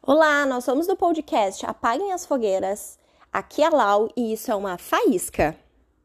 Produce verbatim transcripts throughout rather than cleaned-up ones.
Olá, nós somos do podcast Apaguem as Fogueiras. Aqui é a Lau e isso é uma faísca.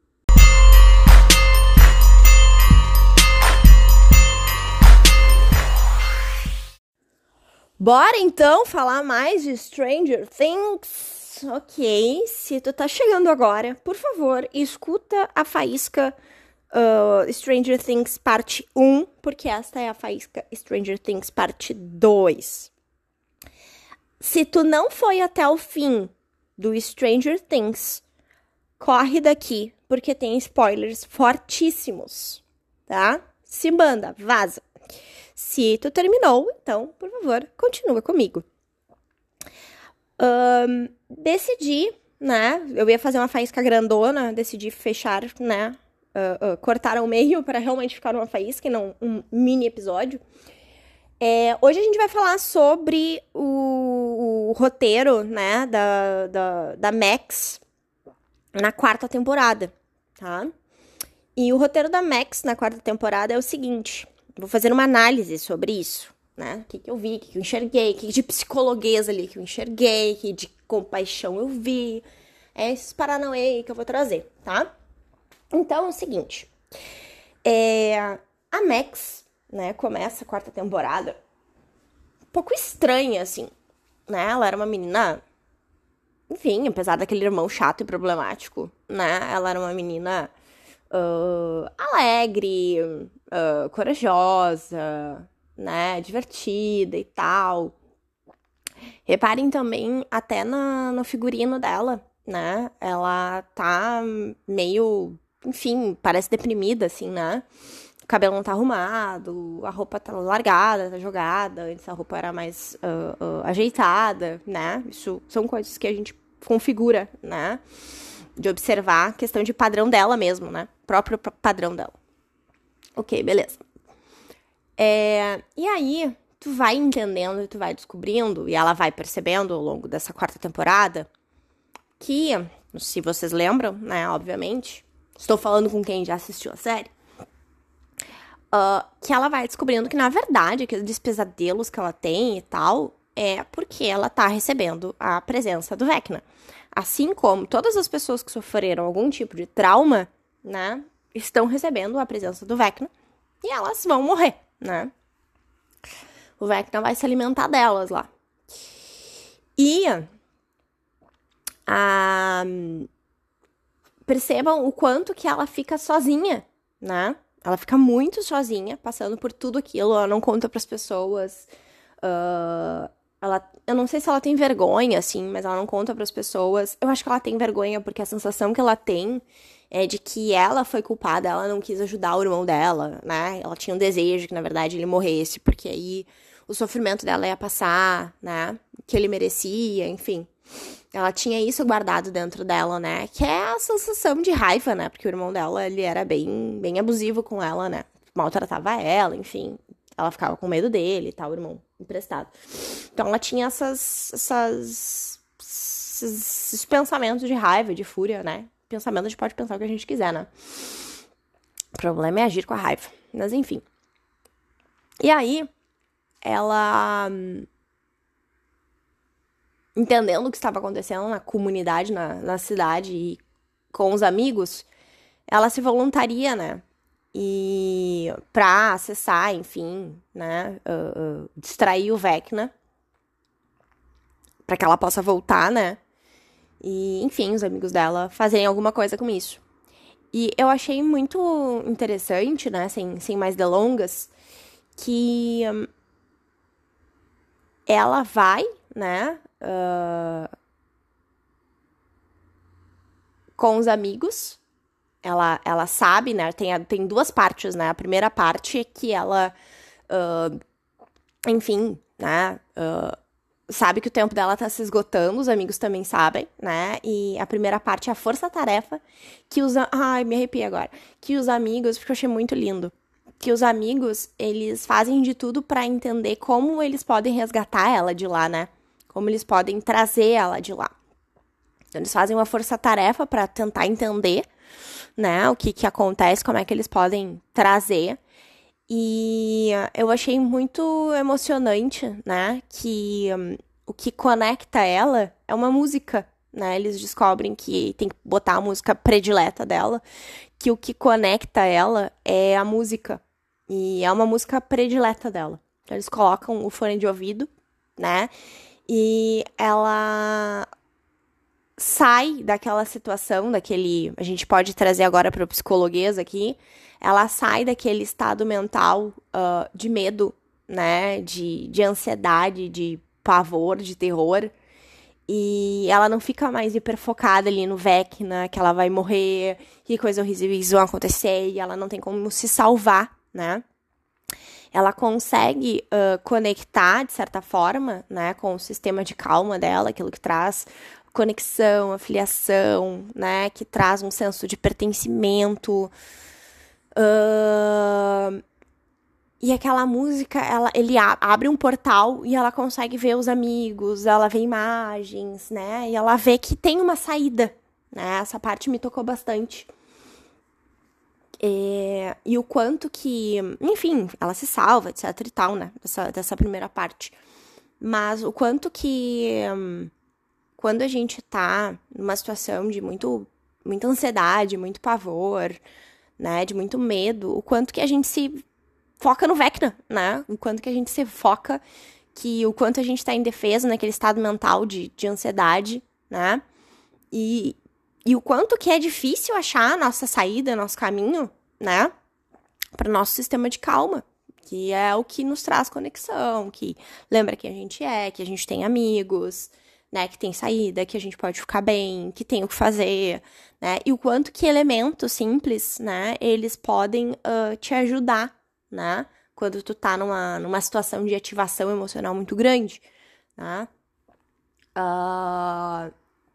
Bora então falar mais de Stranger Things? Ok, se tu tá chegando agora, por favor, escuta a faísca uh, Stranger Things parte um, porque esta é a faísca Stranger Things parte dois. Se tu não foi até o fim do Stranger Things, corre daqui, porque tem spoilers fortíssimos, tá? Se manda, vaza. Se tu terminou, então, por favor, continua comigo. Um, decidi, né? Eu ia fazer uma faísca grandona, decidi fechar, né? Uh, uh, cortar ao meio para realmente ficar uma faísca e não um mini episódio. É, hoje a gente vai falar sobre o, o roteiro, né, da, da, da Max na quarta temporada, tá? E o roteiro da Max na quarta temporada é o seguinte, vou fazer uma análise sobre isso, né? O que, que eu vi, o que, que eu enxerguei, o que, que de psicologuês ali que eu enxerguei, o que de compaixão eu vi, é esses paranauê que eu vou trazer, tá? Então é o seguinte, é, a Max... né, começa a quarta temporada um pouco estranha, assim, né, ela era uma menina, enfim, apesar daquele irmão chato e problemático, né, ela era uma menina uh, alegre, uh, corajosa, né, divertida e tal. Reparem também até na, no figurino dela, né, ela tá meio, enfim, parece deprimida, assim, né. O cabelo não tá arrumado, a roupa tá largada, tá jogada, antes a roupa era mais uh, uh, ajeitada, né? Isso são coisas que a gente configura, né? De observar a questão de padrão dela mesmo, né? Próprio padrão dela. Ok, beleza. É, e aí, tu vai entendendo e tu vai descobrindo, e ela vai percebendo ao longo dessa quarta temporada, que, se vocês lembram, né, obviamente, estou falando com quem já assistiu a série, Uh, que ela vai descobrindo que, na verdade, aqueles pesadelos que ela tem e tal, é porque ela tá recebendo a presença do Vecna. Assim como todas as pessoas que sofreram algum tipo de trauma, né, estão recebendo a presença do Vecna e elas vão morrer, né? O Vecna vai se alimentar delas lá. E a... percebam o quanto que ela fica sozinha, né? Ela fica muito sozinha, passando por tudo aquilo, ela não conta pras pessoas, uh, ela, eu não sei se ela tem vergonha, assim, mas ela não conta pras pessoas. Eu acho que ela tem vergonha, porque a sensação que ela tem é de que ela foi culpada, ela não quis ajudar o irmão dela, né, ela tinha um desejo que, na verdade, ele morresse, porque aí o sofrimento dela ia passar, né, que ele merecia, enfim. Ela tinha isso guardado dentro dela, né? Que é a sensação de raiva, né? Porque o irmão dela, ele era bem, bem abusivo com ela, né? Maltratava ela, enfim. Ela ficava com medo dele e tal, o irmão emprestado. Então, ela tinha essas, essas, esses pensamentos de raiva, de fúria, né? Pensamento, a gente pode pensar o que a gente quiser, né? O problema é agir com a raiva. Mas, enfim. E aí, ela... entendendo o que estava acontecendo na comunidade, na, na cidade e com os amigos, ela se voluntaria, né? E pra acessar, enfim, né? Uh, uh, distrair o Vecna pra que ela possa voltar, né? E, enfim, os amigos dela fazerem alguma coisa com isso. E eu achei muito interessante, né? Sem, sem mais delongas, que um, ela vai, né? Uh, com os amigos, ela, ela sabe, né, tem, tem duas partes, né, a primeira parte é que ela, uh, enfim, né, uh, sabe que o tempo dela tá se esgotando, os amigos também sabem, né, e a primeira parte é a força-tarefa que os, ai, me arrepiei agora, que os amigos, porque eu achei muito lindo, que os amigos, eles fazem de tudo pra entender como eles podem resgatar ela de lá, né, como eles podem trazer ela de lá. Então, eles fazem uma força-tarefa para tentar entender, né, o que que acontece, como é que eles podem trazer. E eu achei muito emocionante, né, que um, o que conecta ela é uma música, né? Eles descobrem que tem que botar a música predileta dela, que o que conecta ela é a música. E é uma música predileta dela. Então, eles colocam o fone de ouvido, né? E ela sai daquela situação, daquele... A gente pode trazer agora para o psicologuês aqui. Ela sai daquele estado mental uh, de medo, né? De, de ansiedade, de pavor, de terror. E ela não fica mais hiperfocada ali no Vecna, que ela vai morrer, que coisas horríveis vão acontecer, e ela não tem como se salvar, né? Ela consegue uh, conectar, de certa forma, né, com o sistema de calma dela, aquilo que traz conexão, afiliação, né, que traz um senso de pertencimento. Uh, e aquela música, ela, ele a, abre um portal e ela consegue ver os amigos, ela vê imagens, né, e ela vê que tem uma saída, né, essa parte me tocou bastante. É, e o quanto que, enfim, ela se salva, etc e tal, né, dessa, dessa primeira parte. Mas o quanto que, hum, quando a gente tá numa situação de muito, muita ansiedade, muito pavor, né, de muito medo, o quanto que a gente se foca no Vecna, né, o quanto que a gente se foca, que o quanto a gente tá indefeso naquele estado mental de, de ansiedade, né, e... E o quanto que é difícil achar a nossa saída, nosso caminho, né? Para o nosso sistema de calma, que é o que nos traz conexão, que lembra quem a gente é, que a gente tem amigos, né? Que tem saída, que a gente pode ficar bem, que tem o que fazer, né? E o quanto que elementos simples, né? Eles podem uh, te ajudar, né? Quando tu tá numa, numa situação de ativação emocional muito grande, né? Uh...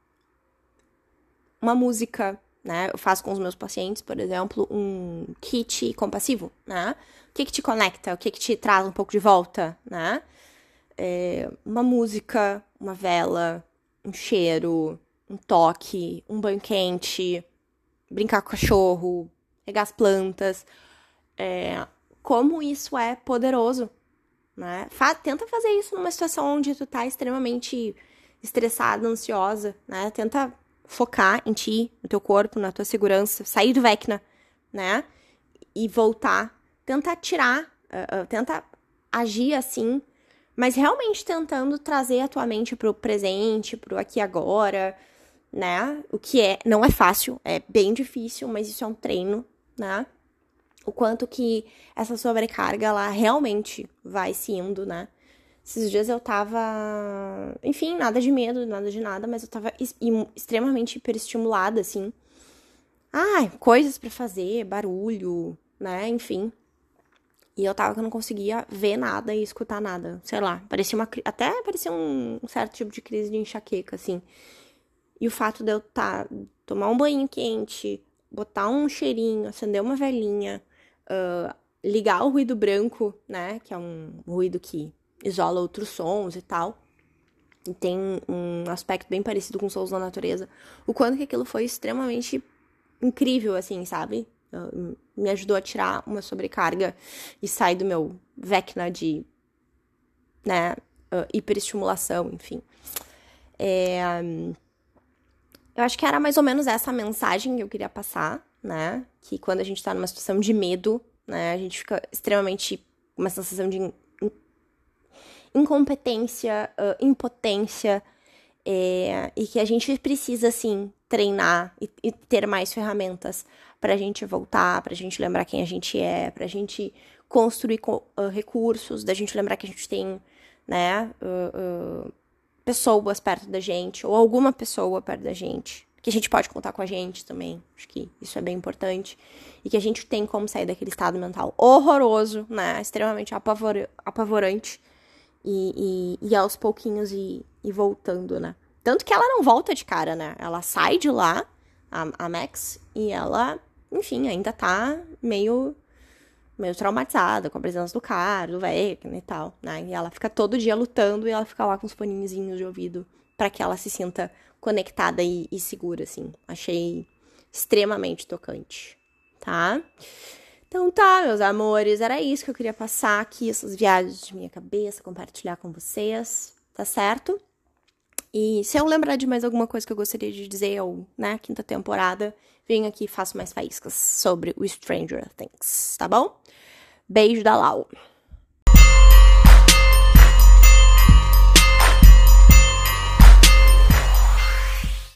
Uma música, né? Eu faço com os meus pacientes, por exemplo, um kit compassivo, né? O que que te conecta? O que que te traz um pouco de volta, né? É uma música, uma vela, um cheiro, um toque, um banho quente, brincar com o cachorro, regar as plantas. É, como isso é poderoso, né? Fa- tenta fazer isso numa situação onde tu tá extremamente estressada, ansiosa, né? Tenta focar em ti, no teu corpo, na tua segurança, sair do Vecna, né? E voltar, tentar tirar, uh, uh, tentar agir assim, mas realmente tentando trazer a tua mente pro presente, pro aqui e agora, né? O que é, não é fácil, é bem difícil, mas isso é um treino, né? O quanto que essa sobrecarga, ela realmente vai se indo, né? Esses dias eu tava, enfim, nada de medo, nada de nada, mas eu tava es- im- extremamente hiperestimulada, assim. Ah, coisas pra fazer, barulho, né, enfim. E eu tava que eu não conseguia ver nada e escutar nada, sei lá. Parecia uma, cri- até parecia um, um certo tipo de crise de enxaqueca, assim. E o fato de eu tá, tomar um banho quente, botar um cheirinho, acender uma velinha, ah, ligar o ruído branco, né, que é um ruído que isola outros sons e tal. E tem um aspecto bem parecido com sons da natureza. O quanto que aquilo foi extremamente incrível, assim, sabe? Uh, Me ajudou a tirar uma sobrecarga e sair do meu Vecna de, né, uh, hiperestimulação, enfim. É, eu acho que era mais ou menos essa a mensagem que eu queria passar, né? Que quando a gente tá numa situação de medo, né, a gente fica extremamente uma sensação de incompetência, uh, impotência, é, e que a gente precisa, assim, treinar e, e ter mais ferramentas pra gente voltar, pra gente lembrar quem a gente é, pra gente construir uh, recursos, da gente lembrar que a gente tem, né, uh, uh, pessoas perto da gente, ou alguma pessoa perto da gente, que a gente pode contar com a gente também, acho que isso é bem importante, e que a gente tem como sair daquele estado mental horroroso, né, extremamente apavor apavorante, E, e, e aos pouquinhos ir, ir voltando, né? Tanto que ela não volta de cara, né? Ela sai de lá, a, a Max, e ela, enfim, ainda tá meio, meio traumatizada com a presença do cara, do Vecna e tal, né? E ela fica todo dia lutando e ela fica lá com os foninhos de ouvido pra que ela se sinta conectada e, e segura, assim. Achei extremamente tocante, tá? Então tá, meus amores, era isso que eu queria passar aqui, essas viagens de minha cabeça, compartilhar com vocês. tá certo? E se eu lembrar de mais alguma coisa que eu gostaria de dizer, ou, né, quinta temporada, venho aqui e faço mais faíscas sobre o Stranger Things, tá bom? Beijo da Lau.